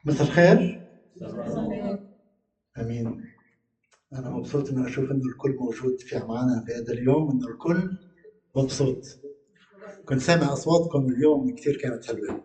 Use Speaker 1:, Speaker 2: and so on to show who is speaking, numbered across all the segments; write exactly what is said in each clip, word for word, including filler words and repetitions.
Speaker 1: مساء الخير. امين. انا مبسوط اني اشوف انه الكل موجود في معنا في هذا اليوم، انه الكل مبسوط. كنت سامع اصواتكم اليوم كثير كانت حلوه.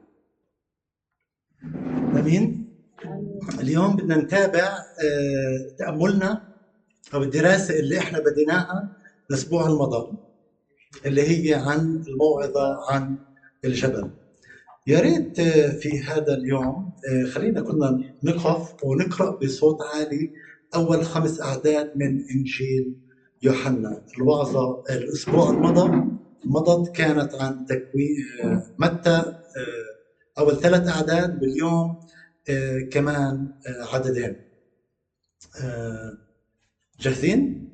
Speaker 1: امين. اليوم بدنا نتابع آه، تاملنا او الدراسه اللي احنا بديناها الاسبوع الماضي، اللي هي عن الموعظه عن الجبل. يا ريت آه، في هذا اليوم آه، خلينا كنا نقف ونقرأ بصوت عالي أول خمس أعداد من إنجيل يوحنا. الوعظة الأسبوع المضى مضت كانت عن تكوين آه، متى، آه، أول ثلاث أعداد، واليوم آه، كمان آه، عددين. آه، جاهزين؟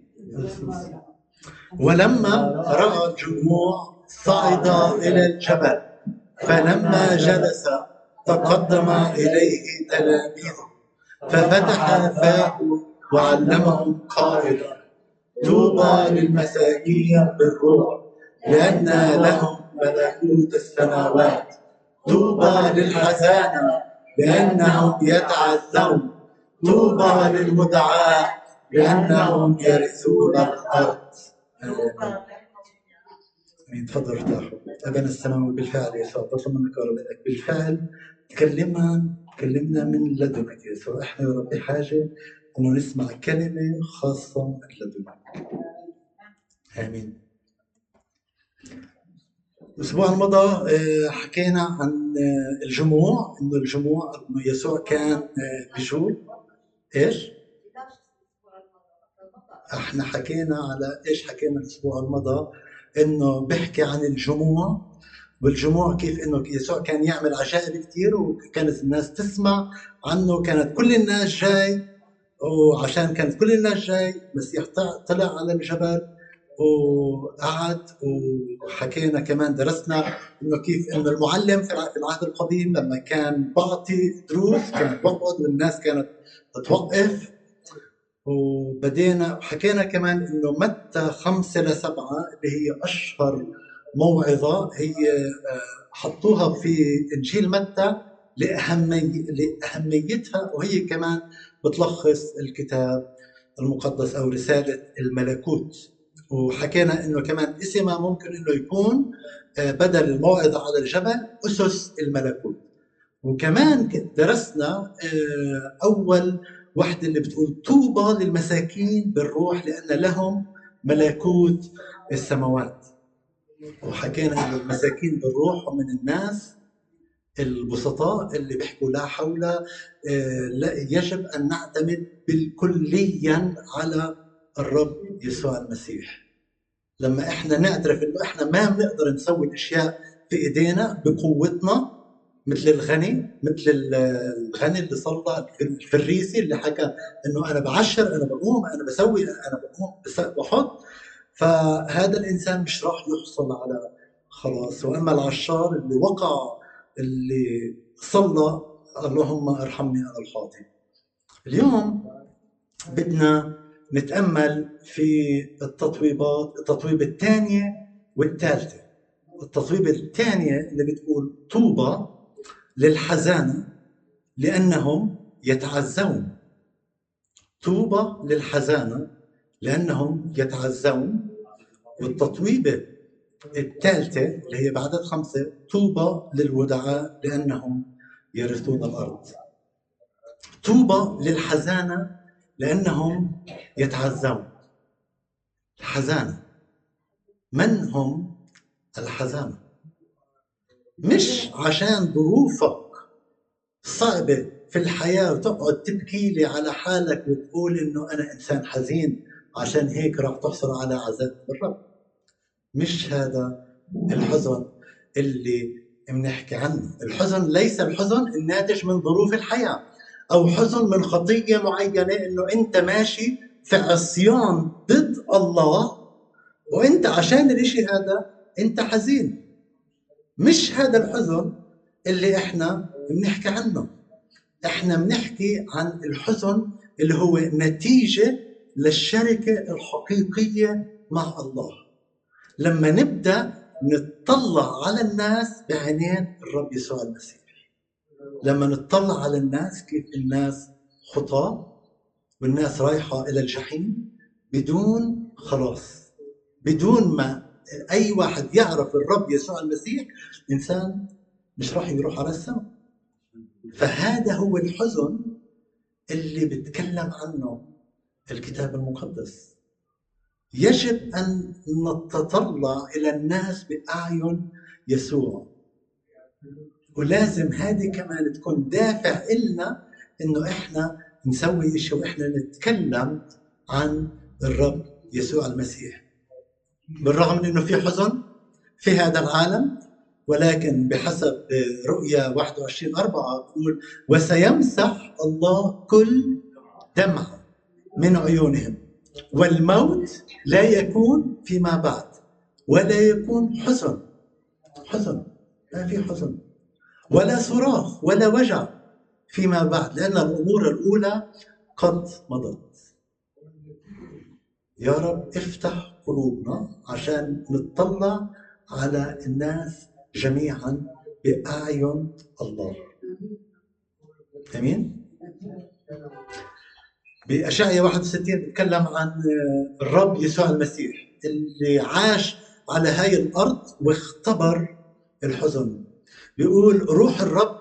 Speaker 1: ولما رأى الجموع صعد إلى الجبل، فلما جلس تقدم إليه تلاميذه ففتح فاه وعلمهم قائلا: طوبى للمساكين بالروح، لأن لهم ملكوت السماوات. طوبى للحزانة، لأنهم يتعزون. طوبى للودعاء، لأنهم يرثون الأرض. آمين. تفضلوا ارتاحوا. أبانا السماوي، بالفعل يسوع بطلب منك يا رب إنك بالفعل تكلمنا تكلمنا من لدنك يا يسوع. احنا يا رب بحاجة إنه نسمع كلمة خاصة من لدنك. آمين. الأسبوع المضى آه، حكينا عن آه، الجموع، إنه الجموع إنه يسوع كان آه، بيجول إيش؟ احنا حكينا على ايش حكينا الاسبوع المضى؟ انه بيحكي عن الجموع، والجموع كيف انه يسوع كان يعمل عجائب كثير وكانت الناس تسمع عنه. كانت كل الناس جاي، وعشان كانت كل الناس جاي المسيح طلع على الجبل وقعد. وحكينا كمان درسنا انه كيف انه المعلم في العهد القديم لما كان بعطي دروس كان بقعد والناس كانت تتوقف. وبدينا حكينا كمان انه متى خمسة لسبعة اللي هي اشهر موعظة، هي آه، حطوها في انجيل متى لأهمي لأهميتها، وهي كمان بتلخص الكتاب المقدس او رسالة الملكوت. وحكينا انه كمان اسمها ممكن انه يكون آه، بدل الموعظة على الجبل اسس الملكوت. وكمان درسنا آه، أول وحدة اللي بتقول: طوبى للمساكين بالروح، لأن لهم ملكوت السماوات. وحكينا إنه المساكين بالروح هم من الناس البسطاء اللي بيحكوا لا حول، آه، لا يجب أن نعتمد بالكليا على الرب يسوع المسيح. لما احنا نعترف انه احنا ما بنقدر نسوي الاشياء في ايدينا بقوتنا، مثل الغني مثل الغني اللي صلى الفريسي اللي حكى انه انا بعشر، انا بقوم، انا بسوي، انا بقوم بحط، فهذا الانسان مش راح يحصل على خلاص. واما العشار اللي وقع، اللي صلى اللهم ارحمني انا الخاطئ. اليوم بدنا نتأمل في التطويبات، التطويبة الثانية والثالثة. التطويبة الثانية اللي بتقول: طوبى للحزانة لأنهم يتعزون. طوبى للحزانة لأنهم يتعزون. والتطويبة الثالثة اللي هي بعدد خمسة: طوبى للودعاء لأنهم يرثون الأرض. طوبى للحزانة لأنهم يتعزون. الحزانة، من هم الحزانة؟ مش عشان ظروفك صعبة في الحياة وتقعد تبكي لي على حالك وتقول إنه أنا إنسان حزين عشان هيك راح تحصل على عذاب الرب. مش هذا الحزن اللي بنحكي عنه. الحزن ليس الحزن الناتج من ظروف الحياة أو حزن من خطية معينة، إنه أنت ماشي في عصيان ضد الله وأنت عشان الإشي هذا أنت حزين. مش هذا الحزن اللي احنا بنحكي عنه. احنا بنحكي عن الحزن اللي هو نتيجة للشركة الحقيقية مع الله. لما نبدأ نتطلع على الناس بعينين الرب يسوع المسيح. لما نطلع على الناس كيف الناس خطاة والناس رايحة إلى الجحيم بدون خلاص، بدون ما أي واحد يعرف الرب يسوع المسيح، إنسان مش راح يروح على السماء. فهذا هو الحزن اللي بتكلم عنه الكتاب المقدس. يجب أن نتطلع إلى الناس بأعين يسوع، ولازم هذه كمان تكون دافع إلنا إنه إحنا نسوي إشي وإحنا نتكلم عن الرب يسوع المسيح. بالرغم من إنه في حزن في هذا العالم، ولكن بحسب رؤيا واحد وعشرين أربعة يقول وسيمسح الله كل دمعة من عيونهم، والموت لا يكون فيما بعد، ولا يكون حزن. حزن ما في حزن، ولا صراخ ولا وجع فيما بعد، لأن الأمور الأولى قد مضت. يا رب افتح قلوبنا عشان نطلع على الناس جميعا بأعين الله. أمين. بأشعياء واحد وستين بيتكلم عن الرب يسوع المسيح اللي عاش على هاي الأرض واختبر الحزن. بيقول روح الرب،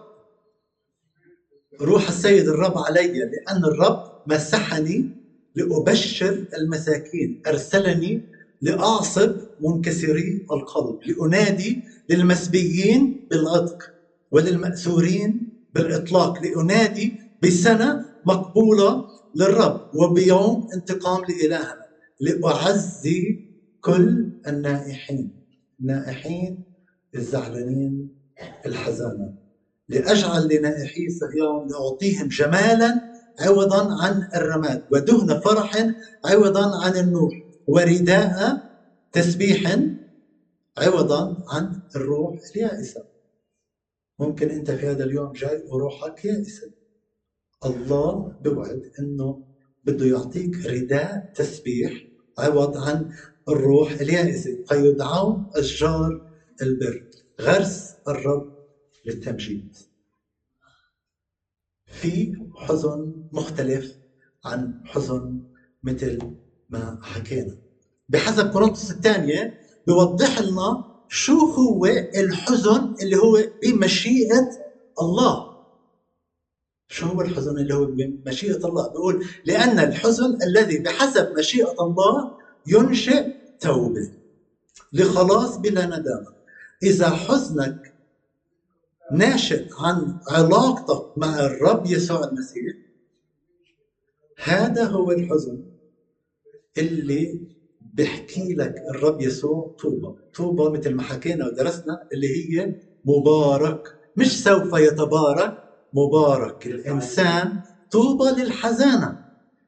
Speaker 1: روح السيد الرب علي، لأن الرب مسحني لأبشر المساكين، أرسلني لأعصب منكسري القلب، لأنادي للمسبيين بالعتق وللمأسورين بالإطلاق، لأنادي بسنة مقبولة للرب وبيوم انتقام لإلهنا، لأعزي كل النائحين، النائحين الزعلانين الحزانة، لأجعل لنائحي صهيون لأعطيهم جمالا عوضا عن الرماد، ودهن فرح عوضا عن النور، ورداء تسبيح عوضا عن الروح اليائسة. ممكن أنت في هذا اليوم جاي وروحك يائسة، الله بوعد أنه بده يعطيك رداء تسبيح عوض عن الروح اليائسة، فيدعون أشجار البر، غرس الرب للتمجيد. في حزن مختلف عن حزن مثل ما حكينا. بحسب كورنثوس الثانية بيوضح لنا شو هو الحزن اللي هو بمشيئة الله. شو هو الحزن اللي هو بمشيئة الله؟ بيقول لأن الحزن الذي بحسب مشيئة الله ينشئ توبة لخلاص بلا ندامة. إذا حزنك ناشئ عن علاقتك مع الرب يسوع المسيح، هذا هو الحزن اللي بيحكي لك الرب يسوع طوبى. طوبى مثل ما حكينا ودرسنا اللي هي مبارك، مش سوف يتبارك، مبارك الإنسان طوبى للحزانة.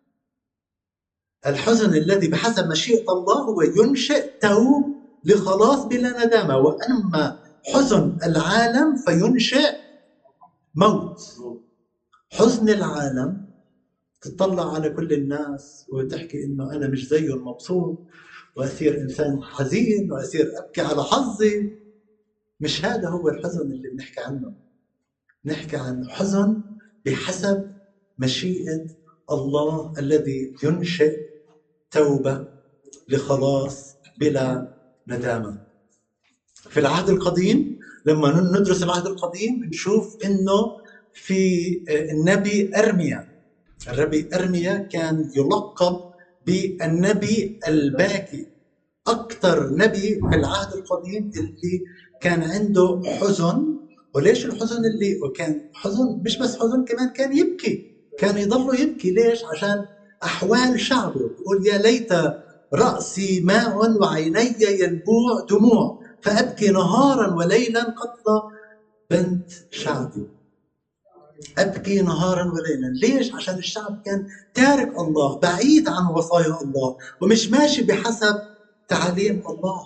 Speaker 1: الحزن الذي بحسب مشيئة الله هو ينشئ توب لخلاص بلا ندامة، وأما حزن العالم فينشئ موت. حزن العالم تطلع على كل الناس وتحكي إنه أنا مش زيه المبسوط، وأصير إنسان حزين وأصير أبكي على حظي. مش هذا هو الحزن اللي بنحكي عنه. نحكي عن حزن بحسب مشيئة الله الذي ينشئ توبة لخلاص بلا ندامة. في العهد القديم لما ندرس العهد القديم نشوف إنه في النبي أرميا، النبي أرميا كان يلقب بالنبي الباكي، أكثر نبي في العهد القديم اللي كان عنده حزن. وليش الحزن اللي وكان حزن؟ مش بس حزن، كمان كان يبكي، كان يضل يبكي. ليش؟ عشان أحوال شعبه. يقول يا ليت رأسي ماء وعيني ينبوع دموع، فأبكي نهارا وليلا قتل بنت شعبي. أبكي نهارا وليلا. ليش؟ عشان الشعب كان تارك الله، بعيد عن وصايا الله، ومش ماشي بحسب تعاليم الله.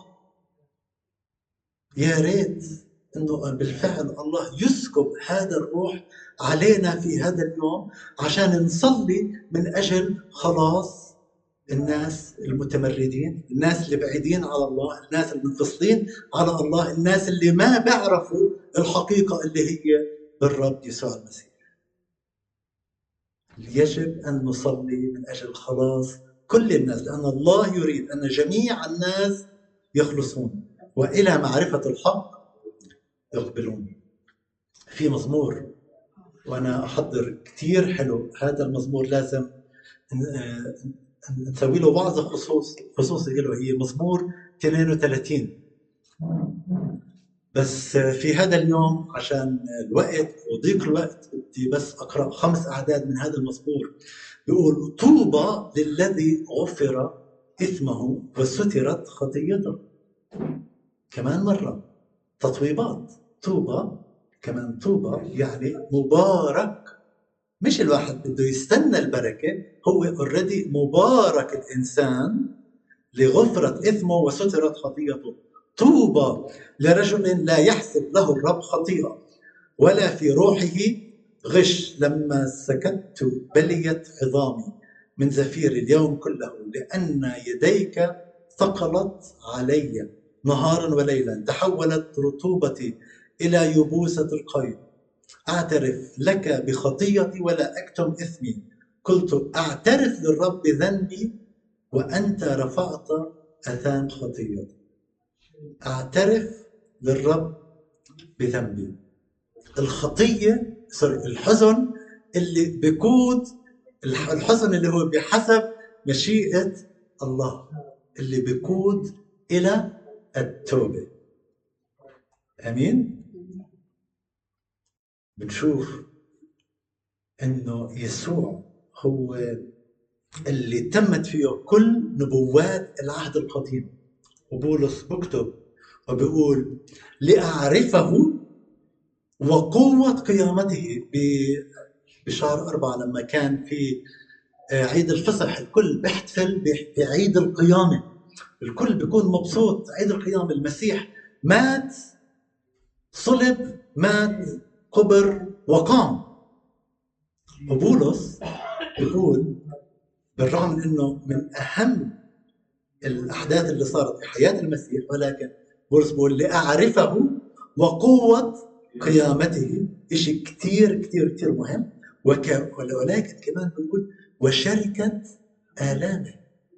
Speaker 1: يا ريت انه بالفعل الله يسكب هذا الروح علينا في هذا اليوم عشان نصلي من اجل خلاص الناس المتمردين، الناس اللي بعيدين على الله، الناس المنفصلين على الله، الناس اللي ما بيعرفوا الحقيقة اللي هي بالرب يسوع المسيح. يجب أن نصلي من أجل خلاص كل الناس، لأن الله يريد أن جميع الناس يخلصون وإلى معرفة الحق يقبلون. في مزمور وأنا أحضر كتير حلو، هذا المزمور لازم نسوي له وعظة خصوص خصوصي له، هي مزمور اثنين وثلاثين. بس في هذا اليوم عشان الوقت وضيق الوقت بدي بس أقرأ خمس أعداد من هذا المزمور. بيقول: طوبى للذي غفر إثمه وسترت خطيته. كمان مرة تطويبات، طوبى كمان طوبى يعني مبارك. مش الواحد بده يستنى البركة، هو اوريدي مبارك الإنسان لغفرة إثمه وسترت خطيته. طوبى لرجل لا يحسب له الرب خطيئة ولا في روحه غش. لما سكت بليت عظامي من زفير اليوم كله، لأن يديك ثقلت علي نهارا وليلا. تحولت رطوبتي إلى يبوسة القيد. أعترف لك بخطيئتي ولا أكتم إثمي. قلت: أعترف للرب بذنبي وأنت رفعت أثام خطيئتي. أعترف للرب بذنبي. الخطية سوري الحزن اللي بيقود، الحزن اللي هو بحسب مشيئة الله، اللي بيقود إلى التوبة. أمين. بنشوف إنه يسوع هو اللي تمت فيه كل نبوات العهد القديم. وبولس بكتب وبيقول: لأعرفه وقوة قيامته. بشهر أربعة لما كان في عيد الفصح الكل بيحتفل بعيد القيامة، الكل بيكون مبسوط. عيد القيامة المسيح مات، صلب، مات، قبر، وقام. وبولس بيقول بالرغم من انه من اهم الاحداث اللي صارت في حياة المسيح، ولكن بولس بيقول: لأعرفه وقوة قيامته. إشي كتير كتير كتير مهم. وك... ولكن كمان بيقول: وشركة آلامه.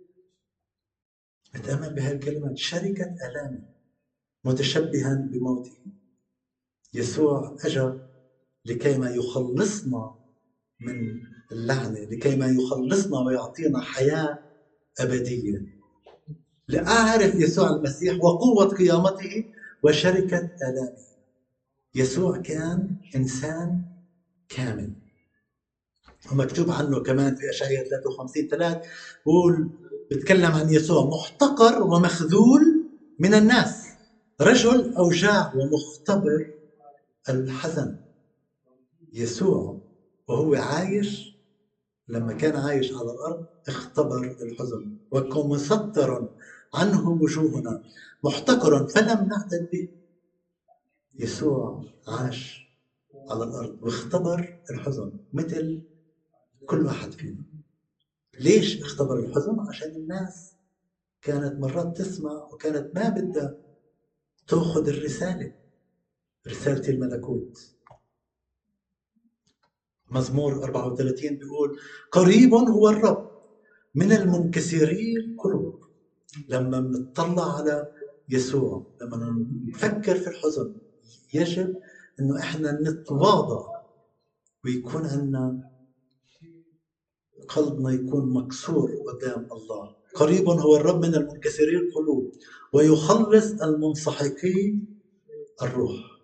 Speaker 1: نتأمل بهذه الكلمات، شركة آلامه متشبها بموته. يسوع أجى لكي ما يخلصنا من اللعنة، لكي ما يخلصنا ويعطينا حياة أبدية. لأعرف يسوع المسيح وقوة قيامته وشركة آلامه. يسوع كان إنسان كامل، ومكتوب عنه كمان في أشعياء ثلاثة وخمسين ثلاثة بقول، بتكلم عن يسوع: محتقر ومخذول من الناس، رجل أوجاع ومختبر الحزن. يسوع وهو عايش، لما كان عايش على الأرض اختبر الحزن، وكان مسطر عنه وجوهنا، محتقر فلم نعتد به. يسوع عاش على الأرض واختبر الحزن مثل كل واحد فينا. ليش اختبر الحزن؟ عشان الناس كانت مرات تسمع وكانت ما بدها تأخذ الرسالة، رسالة الملكوت. مزمور أربعة وثلاثين بيقول: قريب هو الرب من المنكسرين القلوب. لما بنطلع على يسوع، لما نفكر في الحزن، يجب انه احنا نتواضع ويكون عندنا قلبنا يكون مكسور قدام الله. قريب هو الرب من المنكسرين القلوب ويخلص المنسحقي الروح.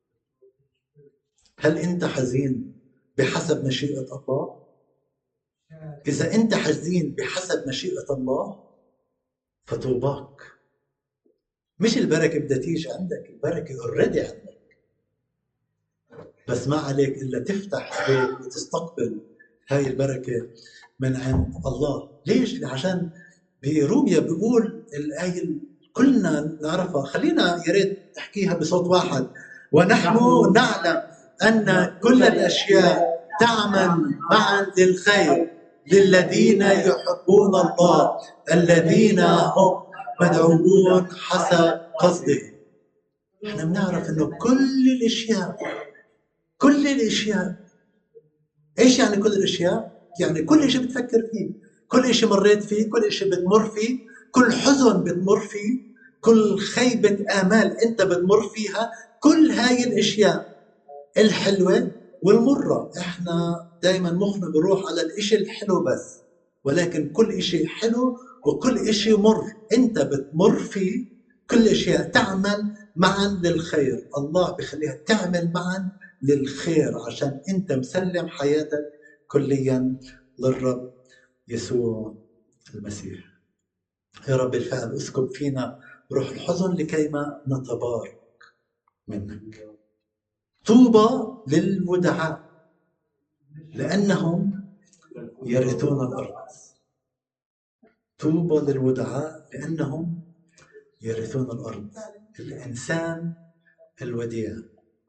Speaker 1: هل انت حزين بحسب مشيئة الله؟ اذا انت حزين بحسب مشيئة الله فطوباك. مش البركة بدها تيجي عندك، البركة اوريدي عندك، بس ما عليك إلا تفتح بيت وتستقبل هاي البركة من عند الله. ليش؟ عشان بروميا بيقول الآية كلنا نعرفها، خلينا يا ريت نحكيها بصوت واحد: ونحن نعلم أن كل الأشياء تعمل معا للخير للذين يحبون الله الذين هم مدعوون حسب قصده. احنا بنعرف انه كل الاشياء كل الاشياء. ايش يعني كل الاشياء؟ يعني كل شيء بتفكر فيه، كل شيء مريت فيه، كل شيء بتمر فيه، كل حزن بتمر فيه، كل خيبة آمال أنت بتمر فيها، كل هاي الأشياء الحلوة والمرة. إحنا دايما مخنا بروح على الإشي الحلو بس، ولكن كل إشي حلو وكل إشي مر أنت بتمر فيه. كل الأشياء تعمل معا للخير، الله بخليها تعمل معا للخير عشان أنت مسلم حياتك كليا للرب يسوع المسيح. يا رب بالفعل اسكب فينا روح الحزن لكيما نتبارك منك. طوبى للودعاء لأنهم يرثون الأرض. طوبى للودعاء لأنهم يرثون الأرض. الإنسان الوديع.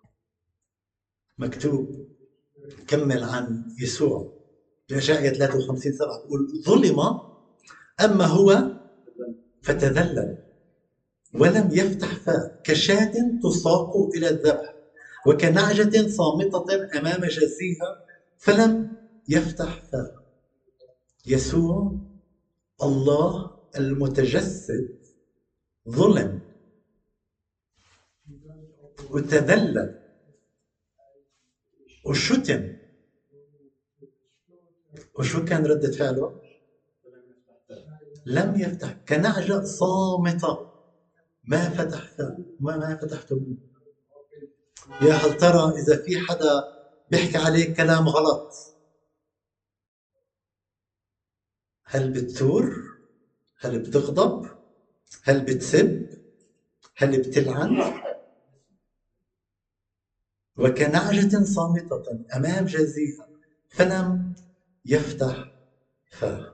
Speaker 1: مكتوب كمل عن يسوع بأشعياء ثلاثة وخمسين سبعة بيقول ظلم أما هو فتذلل ولم يفتح فاه، كشاة تساق إلى الذبح وكنعجة صامتة أمام جزيها فلم يفتح فاه. يسوع الله المتجسد ظلم وتذلل وشتم، وشو كان ردة فعله؟ لم يفتح، كنعجة صامتة ما فتح فاه، ما ما فتح فاه. يا هل ترى إذا في حدا بيحكي عليك كلام غلط هل بتثور؟ هل بتغضب؟ هل بتسب؟ هل بتلعن؟ وكنعجة صامتة أمام جزيها فلم يفتح فاه.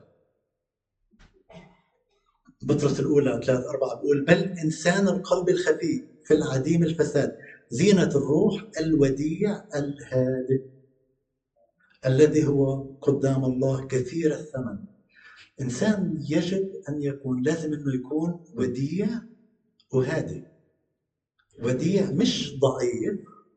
Speaker 1: بطرس الأولى ثلاثة أربعة بيقول بل إنسان القلب الخفي في العديم الفساد زينة الروح الوديع الهادئ الذي هو قدام الله كثير الثمن. إنسان يجب أن يكون، لازم أنه يكون وديع وهادئ. وديع مش ضعيف،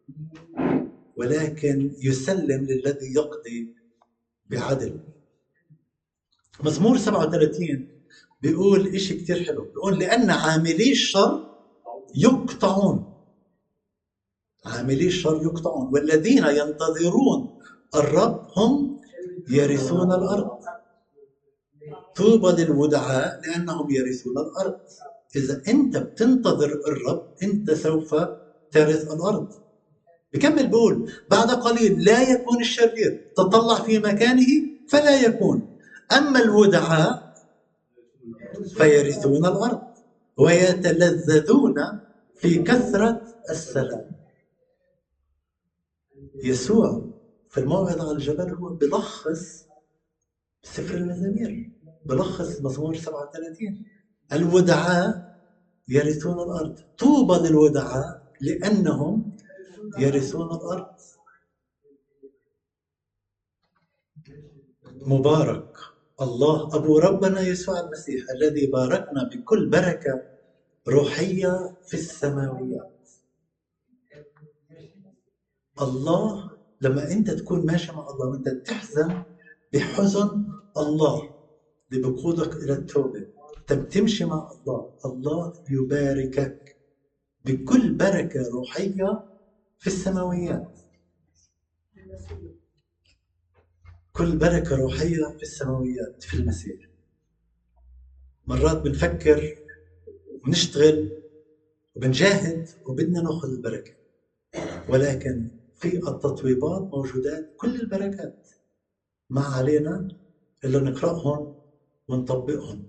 Speaker 1: ولكن يسلم للذي يقضي بعدل. مزمور سبعة وثلاثين بيقول إشي كتير حلو، بيقول لأن عاملي الشر يقطعون، عاملي الشر يقطعون والذين ينتظرون الرب هم يرثون الأرض. طوبى للودعاء لأنهم يرثون الأرض. إذا أنت بتنتظر الرب أنت سوف ترث الأرض. بكمل بقول بعد قليل لا يكون الشرير، تطلع في مكانه فلا يكون، أما الودعاء فيرثون الأرض ويتلذذون في كثرة السلام. يسوع في الموعظة على الجبل هو بلخص سفر المزامير، بلخص مزمور سبعة وثلاثين. الودعاء يرثون الأرض. طوبى للودعاء لأنهم يرثون الأرض. مبارك الله أبو ربنا يسوع المسيح الذي باركنا بكل بركة روحية في السماويات. الله لما أنت تكون ماشي مع الله وأنت تحزن بحزن الله اللي بقودك إلى التوبة، أنت بتمشي مع الله، الله يباركك بكل بركة روحية في السماويات. كل بركة روحية في السماويات في المسيح. مرات بنفكر ونشتغل وبنجاهد وبدنا ناخذ البركة، ولكن في التطويبات موجودات كل البركات، ما علينا إلا نقرأهم ونطبقهم.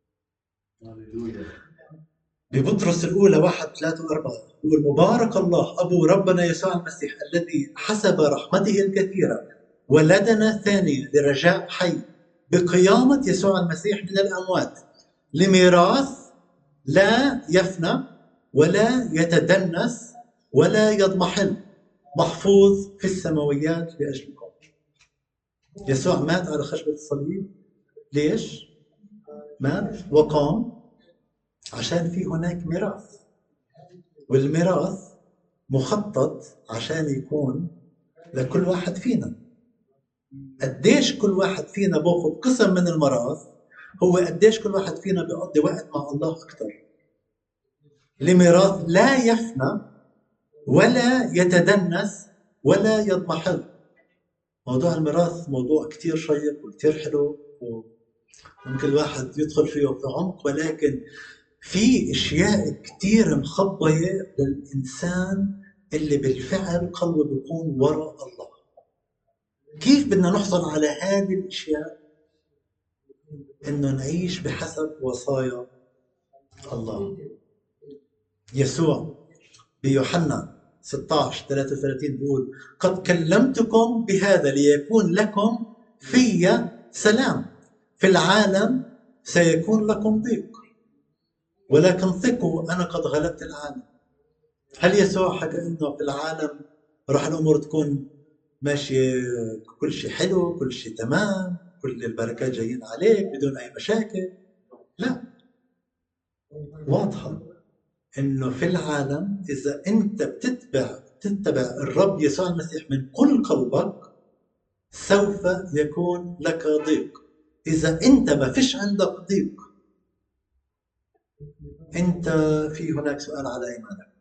Speaker 1: ببطرس الأولى واحد ثلاثة وأربعة يقول مبارك الله أبو ربنا يسوع المسيح الذي حسب رحمته الكثيرة ولدنا ثانية لرجاء حي بقيامة يسوع المسيح من الأموات لميراث لا يفنى ولا يتدنس ولا يضمحل محفوظ في السماويات لأجلكم. يسوع مات على خشبة الصليب. ليش؟ مات وقام عشان في هناك ميراث، والميراث مخطط عشان يكون لكل واحد فينا. قديش كل واحد فينا باخذ قسم من الميراث، هو قديش كل واحد فينا بيقضي وقت مع الله أكثر. لميراث لا يفنى ولا يتدنس ولا يضمحل. موضوع الميراث موضوع كتير شيق وكتير حلو، وممكن الواحد يدخل فيه في عمق، ولكن في اشياء كتير مخبية للإنسان اللي بالفعل قلبه بيكون وراء الله. كيف بدنا نحصل على هذه الاشياء؟ انه نعيش بحسب وصايا الله. يسوع بيوحنا ستة عشر ثلاثة وثلاثين بيقول: قد كلمتكم بهذا ليكون لكم في سلام، في العالم سيكون لكم ضيق، ولكن ثقوا أنا قد غلبت العالم. هل يسوع حكى إنه في العالم راح الأمور تكون ماشية كل شيء حلو، كل شيء تمام، كل البركات جايين عليك بدون أي مشاكل؟ لا، واضحة إنه في العالم إذا أنت بتتبع تتبع الرب يسوع المسيح من كل قلبك سوف يكون لك ضيق. إذا أنت ما فيش عندك ضيق، أنت في هناك سؤال على إيمانك.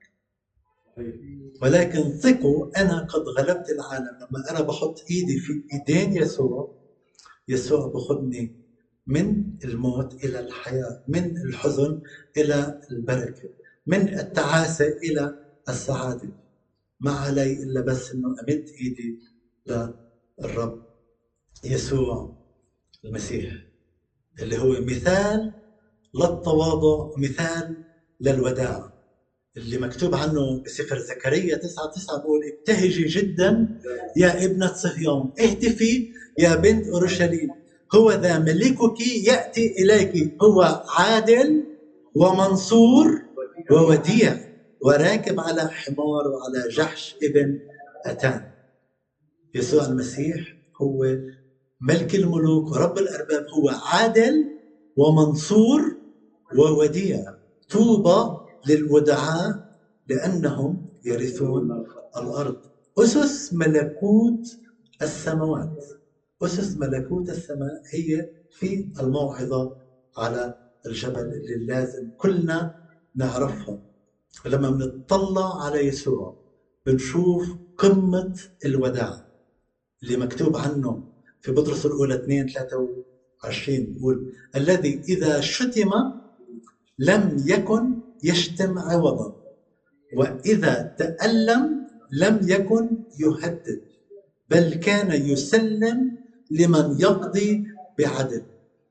Speaker 1: ولكن ثقوا أنا قد غلبت العالم. لما أنا بحط إيدي في إيدين يسوع، يسوع بخدني من الموت إلى الحياة، من الحزن إلى البركة، من التعاسة إلى السعادة. ما علي إلا بس أنه أمد إيدي للرب يسوع المسيح، اللي هو مثال للتواضع، مثال للوداع، اللي مكتوب عنه بسفر زكريا تسعة تسعة بيقول: ابتهجي جدا يا ابنة صهيون، اهتفي يا بنت أورشليم، هو ذا ملكك يأتي إليك، هو عادل ومنصور ووديع وراكب على حمار وعلى جحش ابن أتان. يسوع المسيح هو ملك الملوك ورب الأرباب، هو عادل ومنصور ووديع. طوبى للودعاء لأنهم يرثون الأرض. أسس ملكوت السماوات، أسس ملكوت السماء هي في الموعظة على الجبل، اللي لازم كلنا نعرفها. لما بنطلع على يسوع بنشوف قمة الوداع اللي مكتوب عنه في بطرس الأولى اثنين ثلاثة وعشرين بيقول: الذي إذا شتم لم يكن يشتم عوضا، وإذا تألم لم يكن يهدد، بل كان يسلم لمن يقضي بعدل.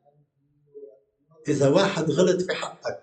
Speaker 1: إذا واحد غلط في حقك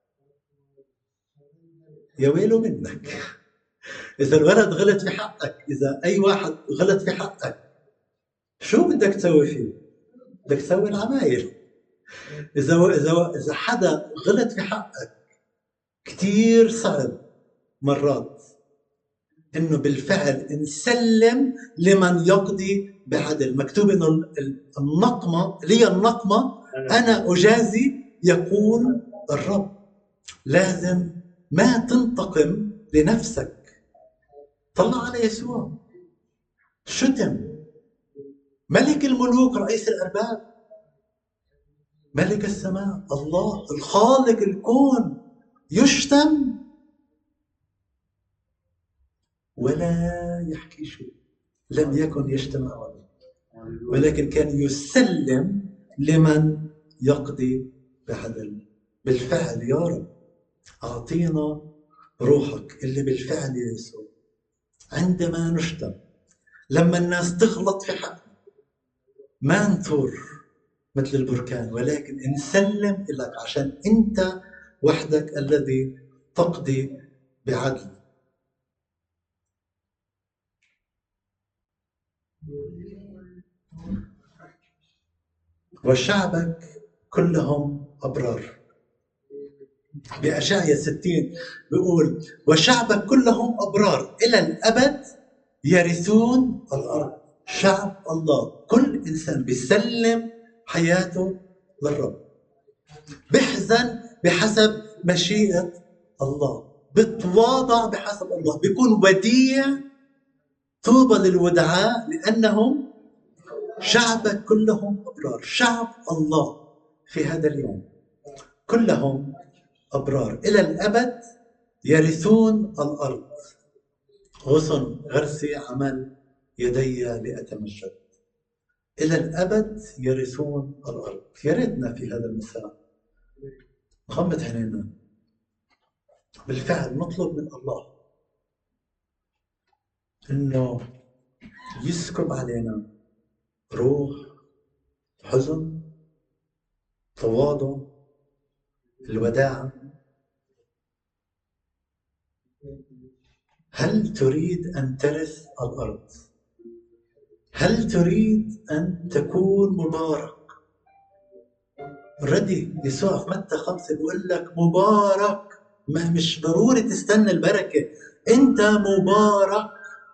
Speaker 1: يا ويله منك. إذا الولد غلط في حقك، إذا أي واحد غلط في حقك، شو بدك تسوي فيه؟ بدك تسوي العمايل. إذا إذا إذا حدا غلط في حقك، كتير صعب مرات إنه بالفعل نسلم لمن يقضي بعدل. مكتوب إنه النقمة لي، النقمة أنا أجازي يقول الرب. لازم ما تنتقم لنفسك. طلع على يسوع، شتم ملك الملوك، رئيس الأرباب، ملك السماء، الله الخالق الكون، يشتم ولا يحكي شيء. لم يكن يشتم أبدا، ولكن كان يسلم لمن يقضي بعدل. بالفعل يا رب أعطينا روحك اللي بالفعل يا يسوع. عندما نشتم، لما الناس تغلط في حقنا، ما نثور مثل البركان، ولكن نسلم لك عشان أنت وحدك الذي تقضي بعدل. وشعبك كلهم أبرار. بأشعياء ستين بيقول: وشعبك كلهم أبرار إلى الأبد يرثون الأرض. شعب الله، كل إنسان بيسلم حياته للرب، بيحزن بحسب مشيئة الله، بتواضع بحسب الله، بيكون وديع طوبى للودعاء لأنهم شعبك كلهم أبرار. شعب الله في هذا اليوم كلهم أبرار إلى الأبد، يرثون الأرض. غصن غرسي عمل يدي لأتمجد. إلى الأبد يرثون الأرض. يا ريتنا في هذا المساء نغمض عينينا بالفعل نطلب من الله إنه يسكب علينا روح حزن، تواضع، الوداعة. هل تريد أن ترث الأرض؟ هل تريد أن تكون مبارك؟ ردي يسوع في متى خمسة بيقول لك مبارك. ما مش ضروري تستنى البركة، أنت مبارك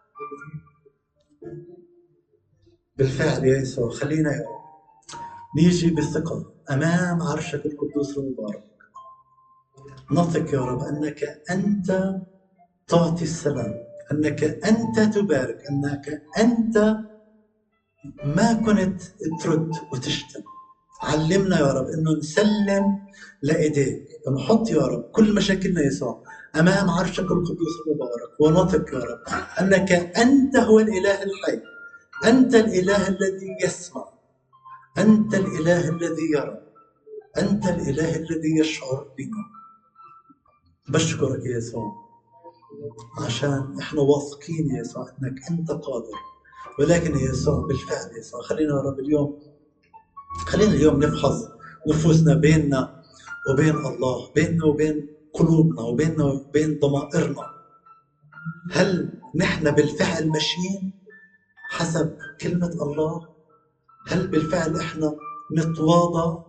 Speaker 1: بالفعل يا يسوع. خلينا يا رب نيجي بثقة أمام عرشك القدوس المبارك، نثق يا رب أنك أنت تعطي السلام، أنك أنت تبارك، أنك أنت ما كنت ترد وتشتم. علمنا يا رب أنه نسلم لإيديك، نحط يا رب كل مشاكلنا يسوع أمام عرشك القدوس المبارك، ونثق يا رب أنك أنت هو الإله الحي، أنت الإله الذي يسمع، أنت الإله الذي يرى، أنت الإله الذي يشعر بنا. بشكرك يا يسوع عشان إحنا واثقين يا يسوع أنك أنت قادر. ولكن يا يسوع بالفعل يا يسوع خلينا يا رب اليوم خلينا اليوم نفحص نفوسنا بيننا وبين الله، بيننا وبين قلوبنا، وبيننا وبين ضمائرنا. هل نحن بالفعل ماشيين حسب كلمة الله؟ هل بالفعل احنا نتواضع؟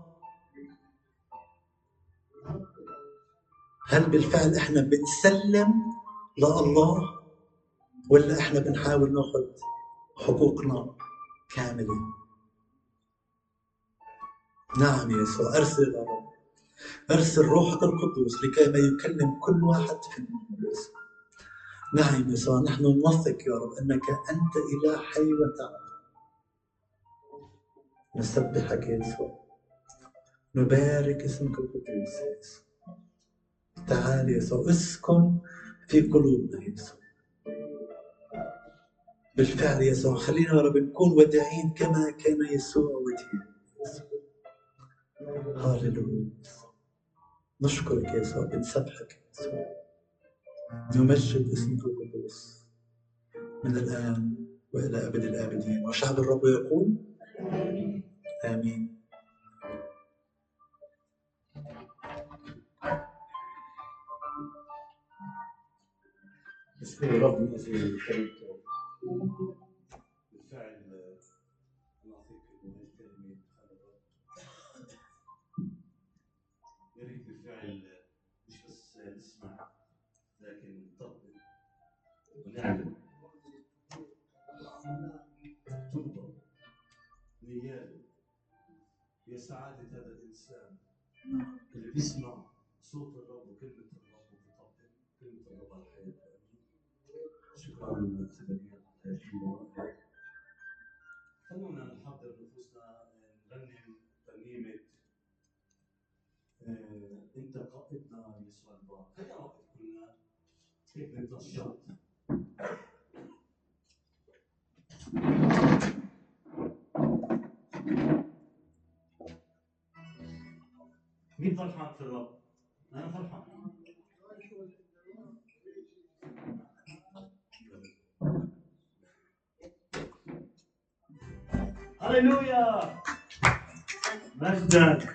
Speaker 1: هل بالفعل احنا بنسلم لله؟ ولا احنا بنحاول ناخذ حقوقنا كاملة؟ نعم يا يسوع ارسل يا رب، ارسل روحك القدوس لكي ما يكلم كل واحد فينا. نعم يا يسوع نحن نثق يا رب انك انت اله حي وتعالى. نسبحك يا يسوع، نبارك اسمك القدوس يا يسوع. تعال يا يسوع اسكن في قلوبنا يا يسوع. بالفعل يا يسوع خلينا يا رب نكون وداعين كما كان يسوع وديع. هاليلويا. نشكرك يا يسوع، بنسبحك يا يسوع، نمجد اسمك القدوس من الآن وإلى أبد الآبدين. وشعب الرب يقول آمين.
Speaker 2: بسم الرب من أجل كلمته. بالفعل نعطيك الكلمة يا ريت بالفعل مش بس نسمع لكن نطبق ونعلم. طوبى لياله هي سعادة هذا الإنسان اللي بيسمع صوت الرب وكلمة الرب وبيطبق كلمة الرب على حياته. شكرا لك. خلونا نحضر نفوسنا نرنم ترنيمة انت قائدنا يسوع البار. خلينا وقت كلنا هيك نتنشط. مين فرحان في الرب؟ انا فرحان. هللويا مجدك.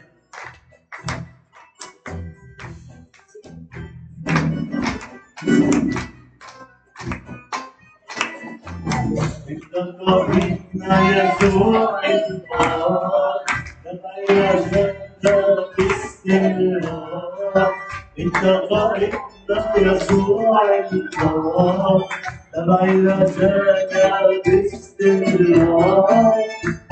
Speaker 2: انت قائدنا يسوع البار، تميزت باستمرار. انت قائدنا يسوع البار، تميزت باستمرار.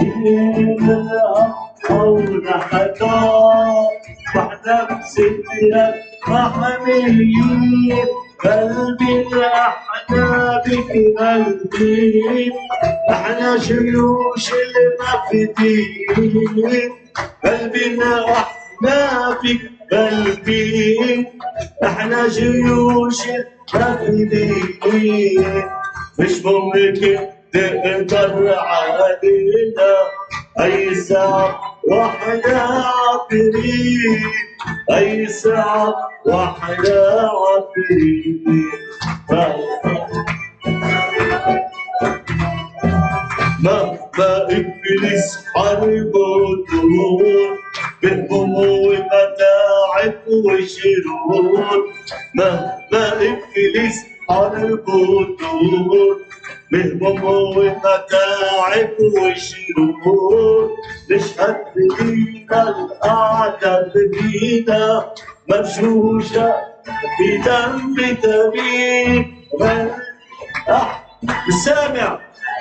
Speaker 2: حول حتى واحنا بسترك محميين،
Speaker 3: قلبي احنا بك قلبي، احنا جيوش المفدين، قلبنا احنا بك قلبي، احنا جيوش المفدين، مش ممكن تقدر علينا اي ساعة واحدة عابرين، اي ساعة واحدة عابرين. مهما ابليس حرب وطرور، بهموم ومتاعب وشرور، مهما ابليس حرب وطرور، بهموم ومتاعب وشرور، نشهد بينا الاعداء بينا مفشوشه بدم تبين. سامع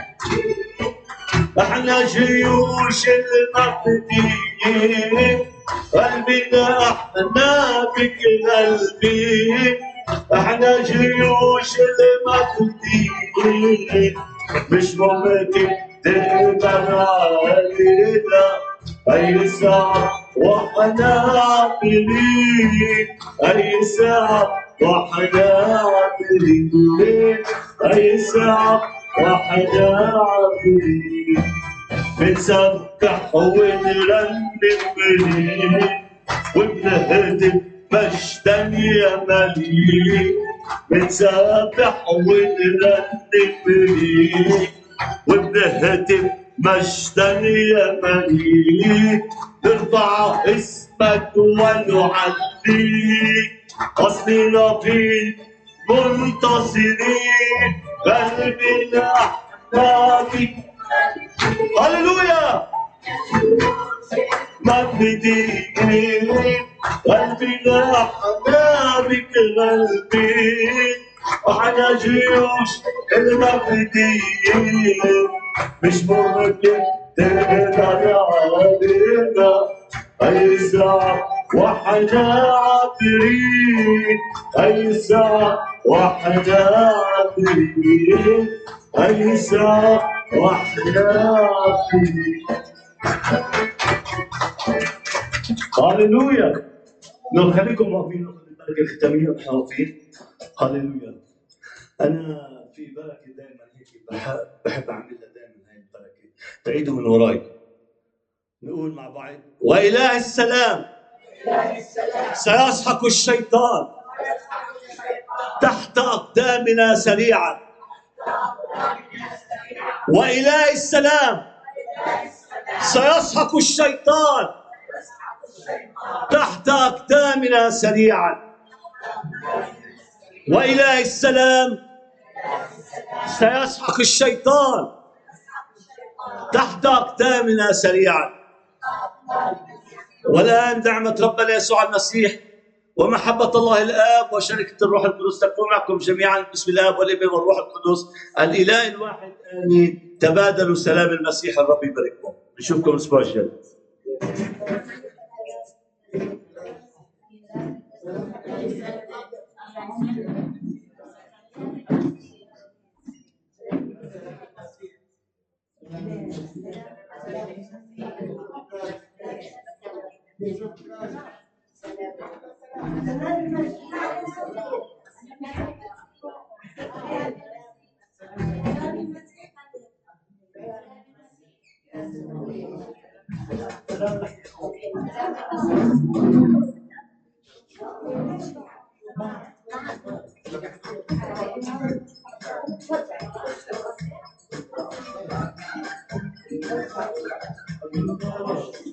Speaker 3: احنا جيوش المفديين، قلبنا احنا بك قلبي، احنا جيوش المفديين، مش ممكن تقدر علينا اي ساعة واحنا عابرين، اي ساعة واحنا عابرين، اي ساعة واحنا عابرين. بنسبح ونرنم ليك وبنهتف مجدا يا مليك، بنسبح ونرنم ليك وبنهتف مجدا يا مليك، نرفع اسمك ونعليك، اصلنا فيك منتصرين، قلبنا احنا بك. هللويا. مفديين، قلبنا احنا بك قلبي، احنا جيوش المفديين، مش ممكن تقدر علينا اي ساعة واحنا عابرين، اي ساعة واحنا عابرين، اي ساعة واحنا عابرين. هللويا. لو خليكم واقفين ناخذ البركة الختامية واحنا واقفين. هللويا. أنا في بركة دائما هيك بحب بحب أعملها دائما هاي البركة. تعيدوا من وراي. نقول مع بعض: وإله السلام سيسحق الشيطان تحت أقدامنا سريعا. وإله السلام سيسحق الشيطان تحت أقدامنا سريعا. وإله السلام سيسحق الشيطان تحت أقدامنا سريعا. والآن نعمة ربنا يسوع المسيح ومحبة الله الآب وشركة الروح القدس تكون معكم جميعا باسم الآب والابن والروح القدس الإله الواحد آمين. تبادلوا سلام المسيح. الرب يبارككم. نشوفكم الأسبوع الجاي. Thank you.